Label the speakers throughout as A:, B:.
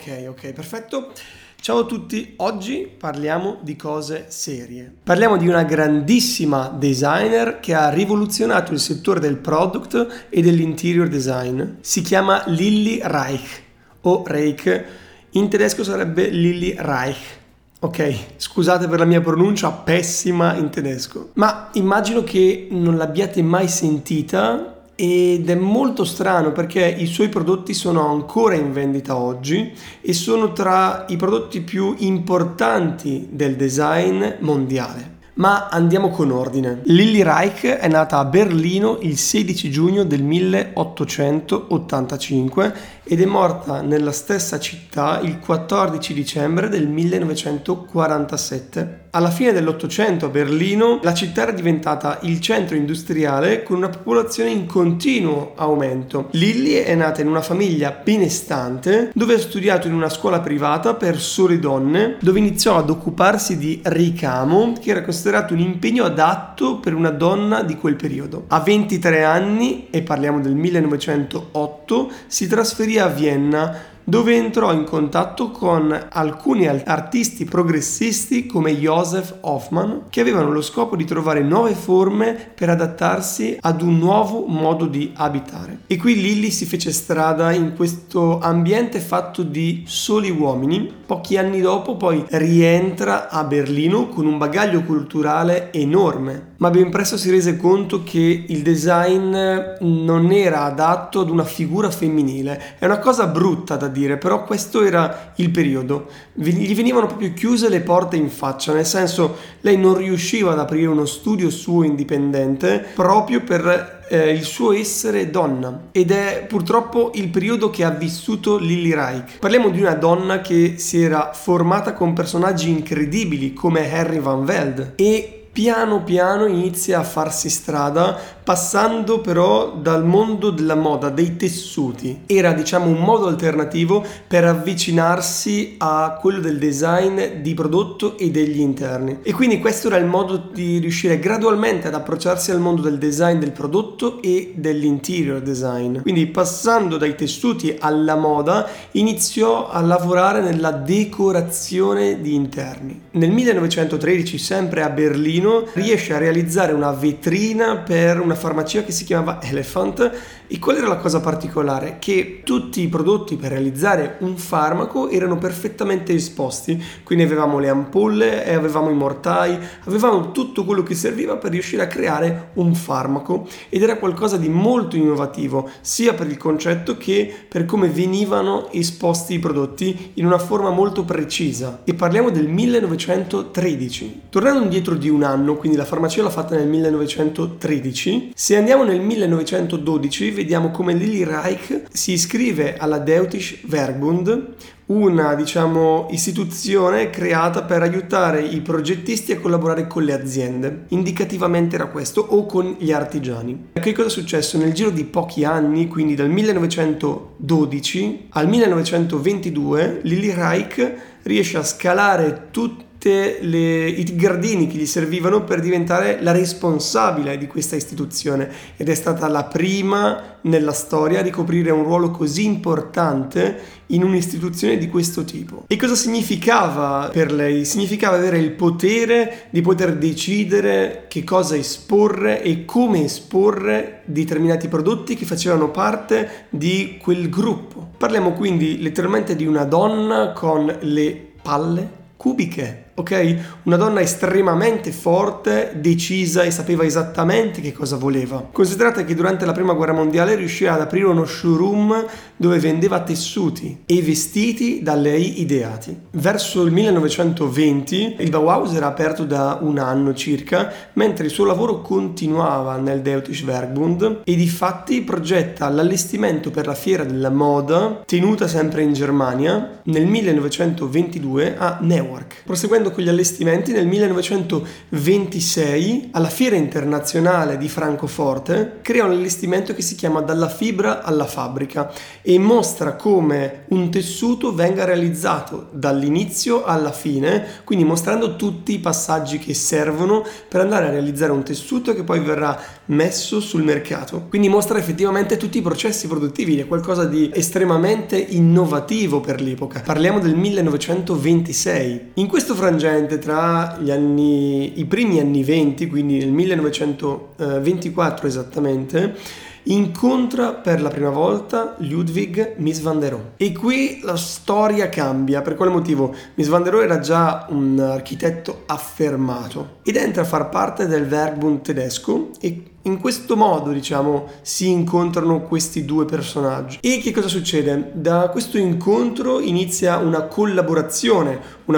A: Ok, perfetto. Ciao a tutti, oggi parliamo di cose serie. Parliamo di una grandissima designer che ha rivoluzionato il settore del product e dell'interior design. Si chiama Lilly Reich, o Reich, in tedesco sarebbe Lilly Reich. Ok, scusate per la mia pronuncia pessima in tedesco, ma immagino che non l'abbiate mai sentita. Ed è molto strano perché i suoi prodotti sono ancora in vendita oggi e sono tra i prodotti più importanti del design mondiale. Ma andiamo con ordine. Lilly Reich è nata a Berlino il 16 giugno del 1885 ed è morta nella stessa città il 14 dicembre del 1947. Alla fine dell'Ottocento a Berlino la città era diventata il centro industriale con una popolazione in continuo aumento. Lilly è nata in una famiglia benestante dove ha studiato in una scuola privata per sole donne, dove iniziò ad occuparsi di ricamo, che era considerato un impegno adatto per una donna di quel periodo. A 23 anni, e parliamo del 1908, si trasferì a Vienna, dove entrò in contatto con alcuni artisti progressisti come Joseph Hoffmann, che avevano lo scopo di trovare nuove forme per adattarsi ad un nuovo modo di abitare. E qui Lilly si fece strada in questo ambiente fatto di soli uomini. Pochi anni dopo poi rientra a Berlino con un bagaglio culturale enorme, ma ben presto si rese conto che il design non era adatto ad una figura femminile. È una cosa brutta da dire, però questo era il periodo. Gli venivano proprio chiuse le porte in faccia, nel senso, lei non riusciva ad aprire uno studio suo indipendente proprio per il suo essere donna, ed è purtroppo il periodo che ha vissuto Lilly Reich. Parliamo di una donna che si era formata con personaggi incredibili come Harry Van Velde e piano piano inizia a farsi strada, passando però dal mondo della moda, dei tessuti. Era, diciamo, un modo alternativo per avvicinarsi a quello del design di prodotto e degli interni. E quindi questo era il modo di riuscire gradualmente ad approcciarsi al mondo del design del prodotto e dell'interior design. Quindi passando dai tessuti alla moda, iniziò a lavorare nella decorazione di interni. Nel 1913, sempre a Berlino, riesce a realizzare una vetrina per una farmacia che si chiamava Elephant. E qual era la cosa particolare? Che tutti i prodotti per realizzare un farmaco erano perfettamente esposti, quindi avevamo le ampolle e avevamo i mortai, avevamo tutto quello che serviva per riuscire a creare un farmaco, ed era qualcosa di molto innovativo sia per il concetto che per come venivano esposti i prodotti in una forma molto precisa. E parliamo del 1913. Tornando indietro di un anno, quindi la farmacia l'ha fatta nel 1913, se andiamo nel 1912 vediamo come Lilly Reich si iscrive alla Deutsches Werkbund, una, diciamo, istituzione creata per aiutare i progettisti a collaborare con le aziende. Indicativamente era questo, o con gli artigiani. Che cosa è successo? Nel giro di pochi anni, quindi dal 1912 al 1922, Lilly Reich riesce a scalare tutti i gradini che gli servivano per diventare la responsabile di questa istituzione, ed è stata la prima nella storia a ricoprire un ruolo così importante in un'istituzione di questo tipo. E cosa significava per lei? Significava avere il potere di poter decidere che cosa esporre e come esporre determinati prodotti che facevano parte di quel gruppo. Parliamo quindi letteralmente di una donna con le palle cubiche. Ok? Una donna estremamente forte, decisa e sapeva esattamente che cosa voleva. Considerate che durante la prima guerra mondiale riuscì ad aprire uno showroom dove vendeva tessuti e vestiti da lei ideati. Verso il 1920 il Bauhaus era aperto da un anno circa, mentre il suo lavoro continuava nel Deutsches Werkbund, e difatti progetta l'allestimento per la fiera della moda tenuta sempre in Germania nel 1922 a Newark. Proseguendo iniziando con gli allestimenti, nel 1926 alla Fiera Internazionale di Francoforte crea un allestimento che si chiama Dalla fibra alla fabbrica e mostra come un tessuto venga realizzato dall'inizio alla fine, quindi mostrando tutti i passaggi che servono per andare a realizzare un tessuto che poi verrà messo sul mercato. Quindi mostra effettivamente tutti i processi produttivi, è qualcosa di estremamente innovativo per l'epoca. Parliamo del 1926. In questo frangente tra i primi anni 20, quindi nel 1924 esattamente, incontra per la prima volta Ludwig Mies van der Rohe. E qui la storia cambia. Per quale motivo? Mies van der Rohe era già un architetto affermato ed entra a far parte del Werkbund tedesco e in questo modo, diciamo, si incontrano questi due personaggi. E che cosa succede? Da questo incontro inizia una collaborazione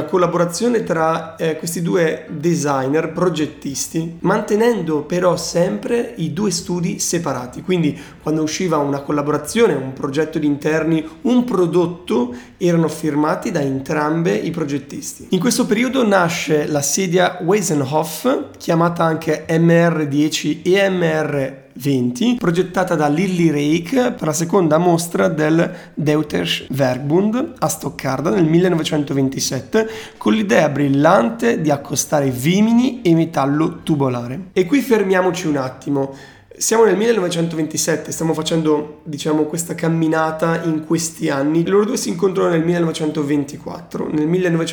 A: tra questi due designer, progettisti, mantenendo però sempre i due studi separati. Quindi quando usciva una collaborazione, un progetto di interni, un prodotto, erano firmati da entrambe i progettisti. In questo periodo nasce la sedia Weisenhoff, chiamata anche MR10 e MR20, progettata da Lilly Reich per la seconda mostra del Deutsches Werkbund a Stoccarda nel 1927, con l'idea brillante di accostare vimini e metallo tubolare. E qui fermiamoci un attimo. Siamo nel 1927, stiamo facendo, diciamo, questa camminata in questi anni. Loro due si incontrano nel 1924. Nel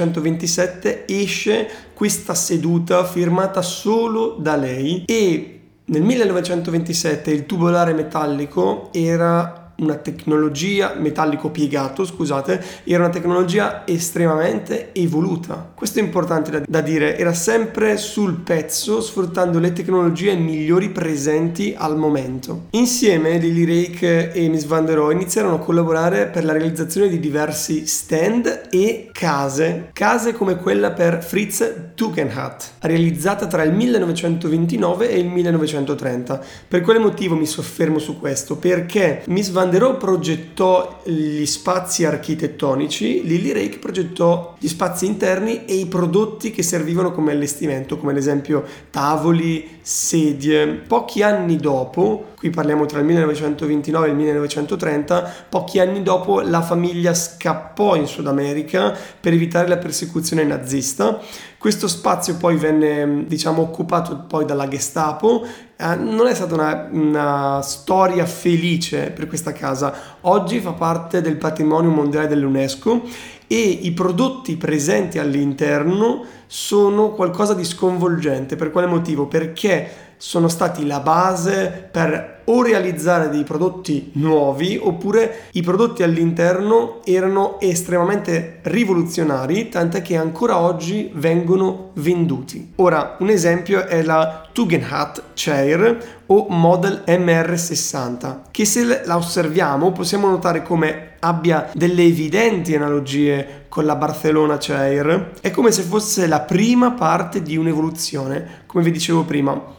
A: 1927 esce questa seduta firmata solo da lei e nel 1927 il tubolare metallico era una tecnologia, metallico piegato, scusate, era una tecnologia estremamente evoluta. Questo è importante da dire, era sempre sul pezzo, sfruttando le tecnologie migliori presenti al momento. Insieme Lilly Reich e Mies van der Rohe iniziarono a collaborare per la realizzazione di diversi stand e case come quella per Fritz Tugendhat, realizzata tra il 1929 e il 1930. Per quale motivo mi soffermo su questo? Perché Mies van der Rohe progettò gli spazi architettonici, Lilly Reich progettò gli spazi interni e i prodotti che servivano come allestimento, come ad esempio tavoli, sedie. Pochi anni dopo, qui parliamo tra il 1929 e il 1930, pochi anni dopo la famiglia scappò in Sud America per evitare la persecuzione nazista. Questo spazio poi venne, diciamo, occupato poi dalla Gestapo. Non è stata una storia felice per questa casa. Oggi fa parte del patrimonio mondiale dell'UNESCO e i prodotti presenti all'interno sono qualcosa di sconvolgente. Per quale motivo? Perché sono stati la base per o realizzare dei prodotti nuovi oppure i prodotti all'interno erano estremamente rivoluzionari, tant'è che ancora oggi vengono venduti. Ora, un esempio è la Tugendhat Chair o Model MR60, che se la osserviamo possiamo notare come abbia delle evidenti analogie con la Barcelona Chair. È come se fosse la prima parte di un'evoluzione, come vi dicevo prima.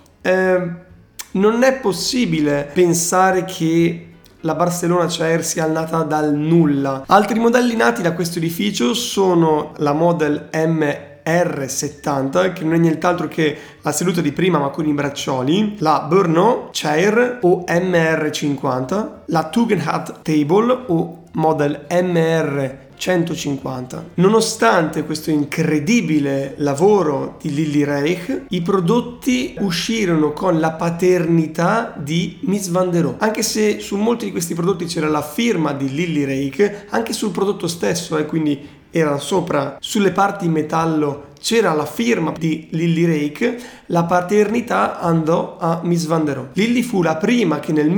A: Non è possibile pensare che la Barcelona Chair sia nata dal nulla. Altri modelli nati da questo edificio sono la Model MR70, che non è nient'altro che la seduta di prima ma con i braccioli, la Brno Chair o MR50, la Tugendhat Table o Model MR 150. Nonostante questo incredibile lavoro di Lilly Reich, i prodotti uscirono con la paternità di Mies van der Rohe. Anche se su molti di questi prodotti c'era la firma di Lilly Reich, anche sul prodotto stesso, quindi era sopra, sulle parti in metallo c'era la firma di Lilly Reich, la paternità andò a Mies van der Rohe. Lilly fu la prima che nel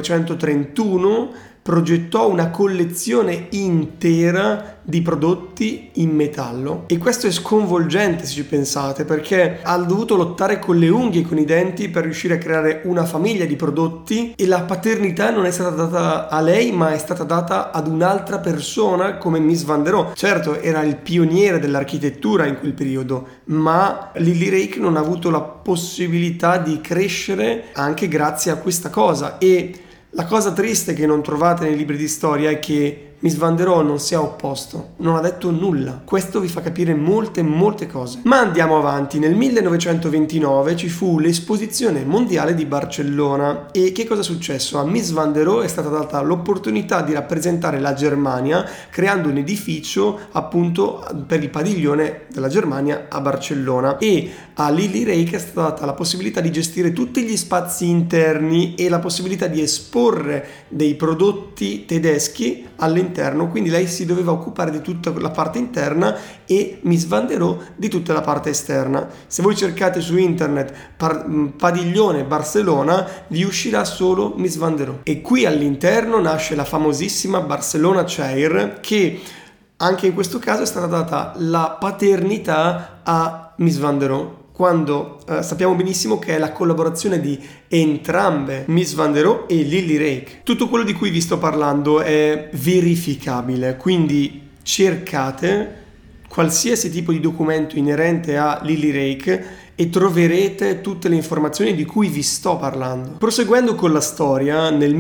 A: 1931 progettò una collezione intera di prodotti in metallo e questo è sconvolgente se ci pensate, perché ha dovuto lottare con le unghie e con i denti per riuscire a creare una famiglia di prodotti e la paternità non è stata data a lei ma è stata data ad un'altra persona come Mies van der Rohe. Certo, era il pioniere dell'architettura in quel periodo, ma Lilly Reich non ha avuto la possibilità di crescere anche grazie a questa cosa. E la cosa triste che non trovate nei libri di storia è che Mies van der Rohe non si è opposto, non ha detto nulla. Questo vi fa capire molte cose. Ma andiamo avanti. Nel 1929 ci fu l'esposizione mondiale di Barcellona e che cosa è successo? A Mies van der Rohe è stata data l'opportunità di rappresentare la Germania creando un edificio appunto per il padiglione della Germania a Barcellona, e a Lily Rake è stata data la possibilità di gestire tutti gli spazi interni e la possibilità di esporre dei prodotti tedeschi all'interno, quindi lei si doveva occupare di tutta la parte interna e Mies van der Rohe di tutta la parte esterna. Se voi cercate su internet padiglione Barcellona vi uscirà solo Mies van der Rohe, e qui all'interno nasce la famosissima Barcelona Chair, che anche in questo caso è stata data la paternità a Mies van der Rohe, quando sappiamo benissimo che è la collaborazione di entrambe Mies van der Rohe e Lily Rake. Tutto quello di cui vi sto parlando è verificabile, quindi cercate qualsiasi tipo di documento inerente a Lily Rake e troverete tutte le informazioni di cui vi sto parlando. Proseguendo con la storia, nel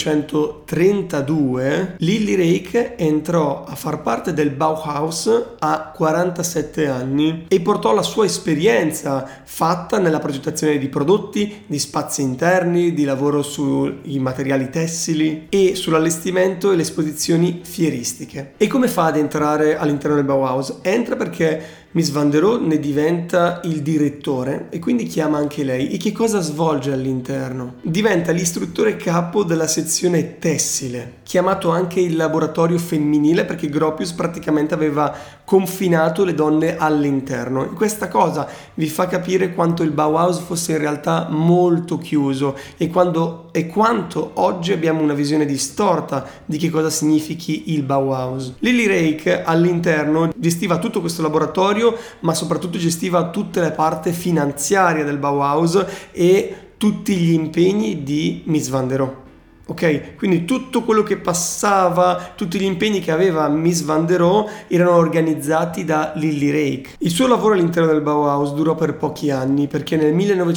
A: 1932 Lily Rake entrò a far parte del Bauhaus a 47 anni e portò la sua esperienza fatta nella progettazione di prodotti, di spazi interni, di lavoro sui materiali tessili e sull'allestimento e le esposizioni fieristiche. E come fa ad entrare all'interno del Bauhaus? Entra perché Mies van der Rohe ne diventa il direttore e quindi chiama anche lei. E che cosa svolge all'interno? Diventa l'istruttore capo della sezione tessile, chiamato anche il laboratorio femminile, perché Gropius praticamente aveva confinato le donne all'interno. E questa cosa vi fa capire quanto il Bauhaus fosse in realtà molto chiuso e quanto oggi abbiamo una visione distorta di che cosa significhi il Bauhaus. Lily Rake all'interno gestiva tutto questo laboratorio, ma soprattutto gestiva tutta la parte finanziaria del Bauhaus e tutti gli impegni di Mies van der Rohe. Ok, quindi tutto quello che passava, tutti gli impegni che aveva Mies van der Rohe erano organizzati da Lily Rake. Il suo lavoro all'interno del Bauhaus durò per pochi anni, perché nel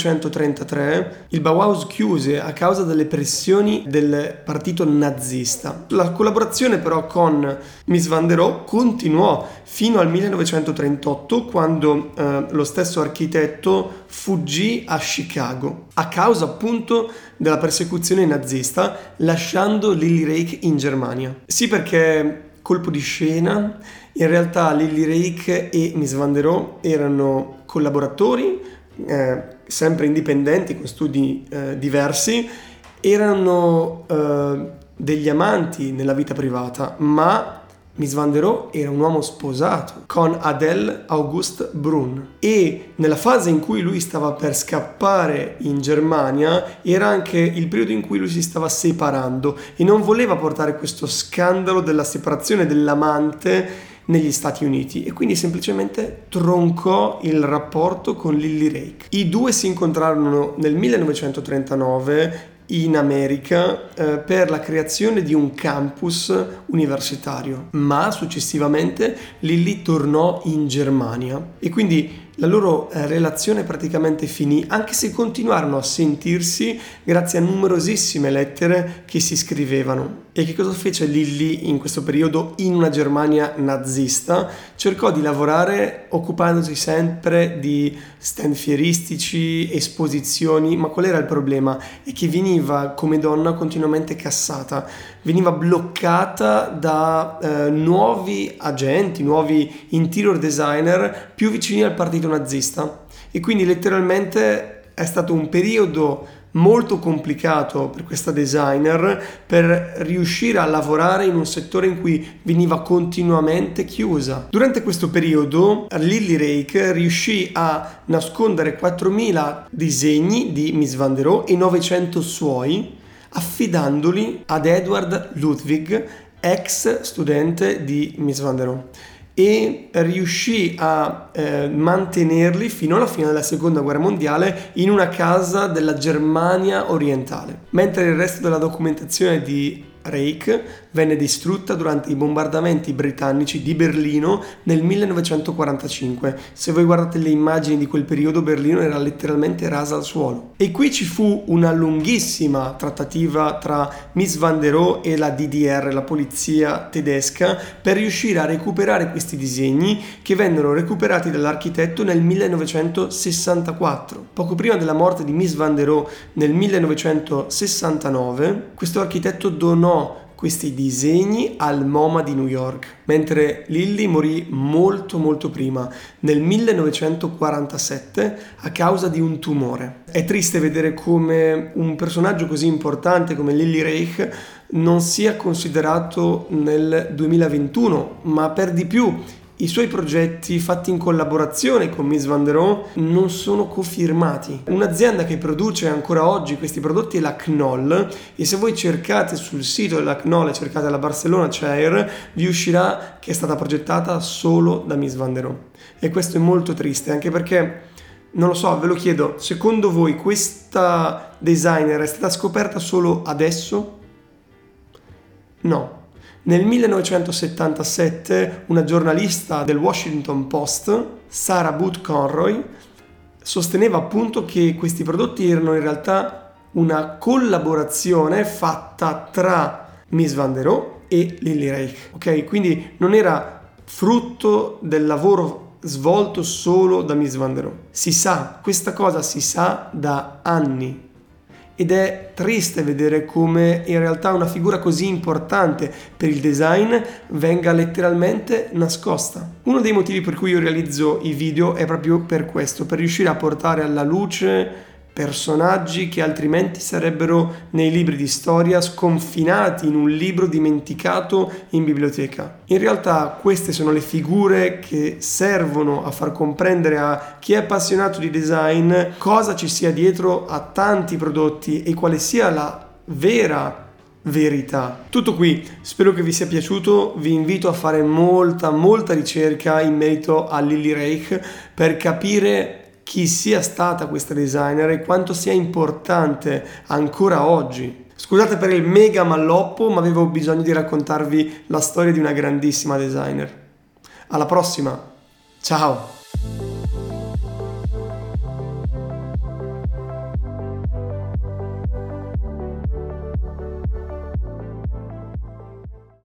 A: 1933 il Bauhaus chiuse a causa delle pressioni del partito nazista. La collaborazione però con Mies van der Rohe continuò fino al 1938, quando lo stesso architetto fuggì a Chicago a causa appunto della persecuzione nazista, lasciando Lily Rake in Germania. Sì, perché colpo di scena, in realtà Lily Rake e Mies van der Rohe erano collaboratori, sempre indipendenti, con studi diversi, erano degli amanti nella vita privata, ma Mies van der Rohe era un uomo sposato con Adele August Brunn, e nella fase in cui lui stava per scappare in Germania era anche il periodo in cui lui si stava separando e non voleva portare questo scandalo della separazione dell'amante negli Stati Uniti, e quindi semplicemente troncò il rapporto con Lily Rake. I due si incontrarono nel 1939 in America per la creazione di un campus universitario, ma successivamente Lily tornò in Germania e quindi la loro relazione praticamente finì, anche se continuarono a sentirsi grazie a numerosissime lettere che si scrivevano. E che cosa fece Lily in questo periodo in una Germania nazista? Cercò di lavorare occupandosi sempre di stand fieristici, esposizioni, ma qual era il problema? È che veniva come donna continuamente cassata, veniva bloccata da nuovi agenti, nuovi interior designer più vicini al partito nazista, e quindi letteralmente è stato un periodo molto complicato per questa designer per riuscire a lavorare in un settore in cui veniva continuamente chiusa. Durante questo periodo Lily Rake riuscì a nascondere 4.000 disegni di Mies van der Rohe e 900 suoi, affidandoli ad Edward Ludwig, ex studente di Mies van der Rohe, e riuscì a mantenerli fino alla fine della seconda guerra mondiale in una casa della Germania orientale, mentre il resto della documentazione di Rake venne distrutta durante i bombardamenti britannici di Berlino nel 1945. Se voi guardate le immagini di quel periodo, Berlino era letteralmente rasa al suolo. E qui ci fu una lunghissima trattativa tra Mies van der Rohe e la DDR, la polizia tedesca, per riuscire a recuperare questi disegni, che vennero recuperati dall'architetto nel 1964. Poco prima della morte di Mies van der Rohe nel 1969, questo architetto donò questi disegni al MoMA di New York, mentre Lilly morì molto prima, nel 1947, a causa di un tumore. È triste vedere come un personaggio così importante come Lilly Reich non sia considerato nel 2021, ma per di più i suoi progetti fatti in collaborazione con Mies van der Rohe non sono cofirmati. Un'azienda che produce ancora oggi questi prodotti è la Knoll, e se voi cercate sul sito della Knoll e cercate la Barcelona Chair, vi uscirà che è stata progettata solo da Mies van der Rohe. E questo è molto triste, anche perché, non lo so, ve lo chiedo, secondo voi questa designer è stata scoperta solo adesso? No. Nel 1977 una giornalista del Washington Post, Sarah Booth Conroy, sosteneva appunto che questi prodotti erano in realtà una collaborazione fatta tra Mies van der Rohe e Lilly Reich, ok? Quindi non era frutto del lavoro svolto solo da Mies van der Rohe. Si sa, questa cosa si sa da anni. Ed è triste vedere come in realtà una figura così importante per il design venga letteralmente nascosta. Uno dei motivi per cui io realizzo i video è proprio per questo, per riuscire a portare alla luce personaggi che altrimenti sarebbero nei libri di storia, sconfinati in un libro dimenticato in biblioteca. In realtà queste sono le figure che servono a far comprendere a chi è appassionato di design cosa ci sia dietro a tanti prodotti e quale sia la vera verità. Tutto qui, spero che vi sia piaciuto, vi invito a fare molta ricerca in merito a Lilly Reich per capire chi sia stata questa designer e quanto sia importante ancora oggi. Scusate per il mega malloppo, ma avevo bisogno di raccontarvi la storia di una grandissima designer. Alla prossima, ciao!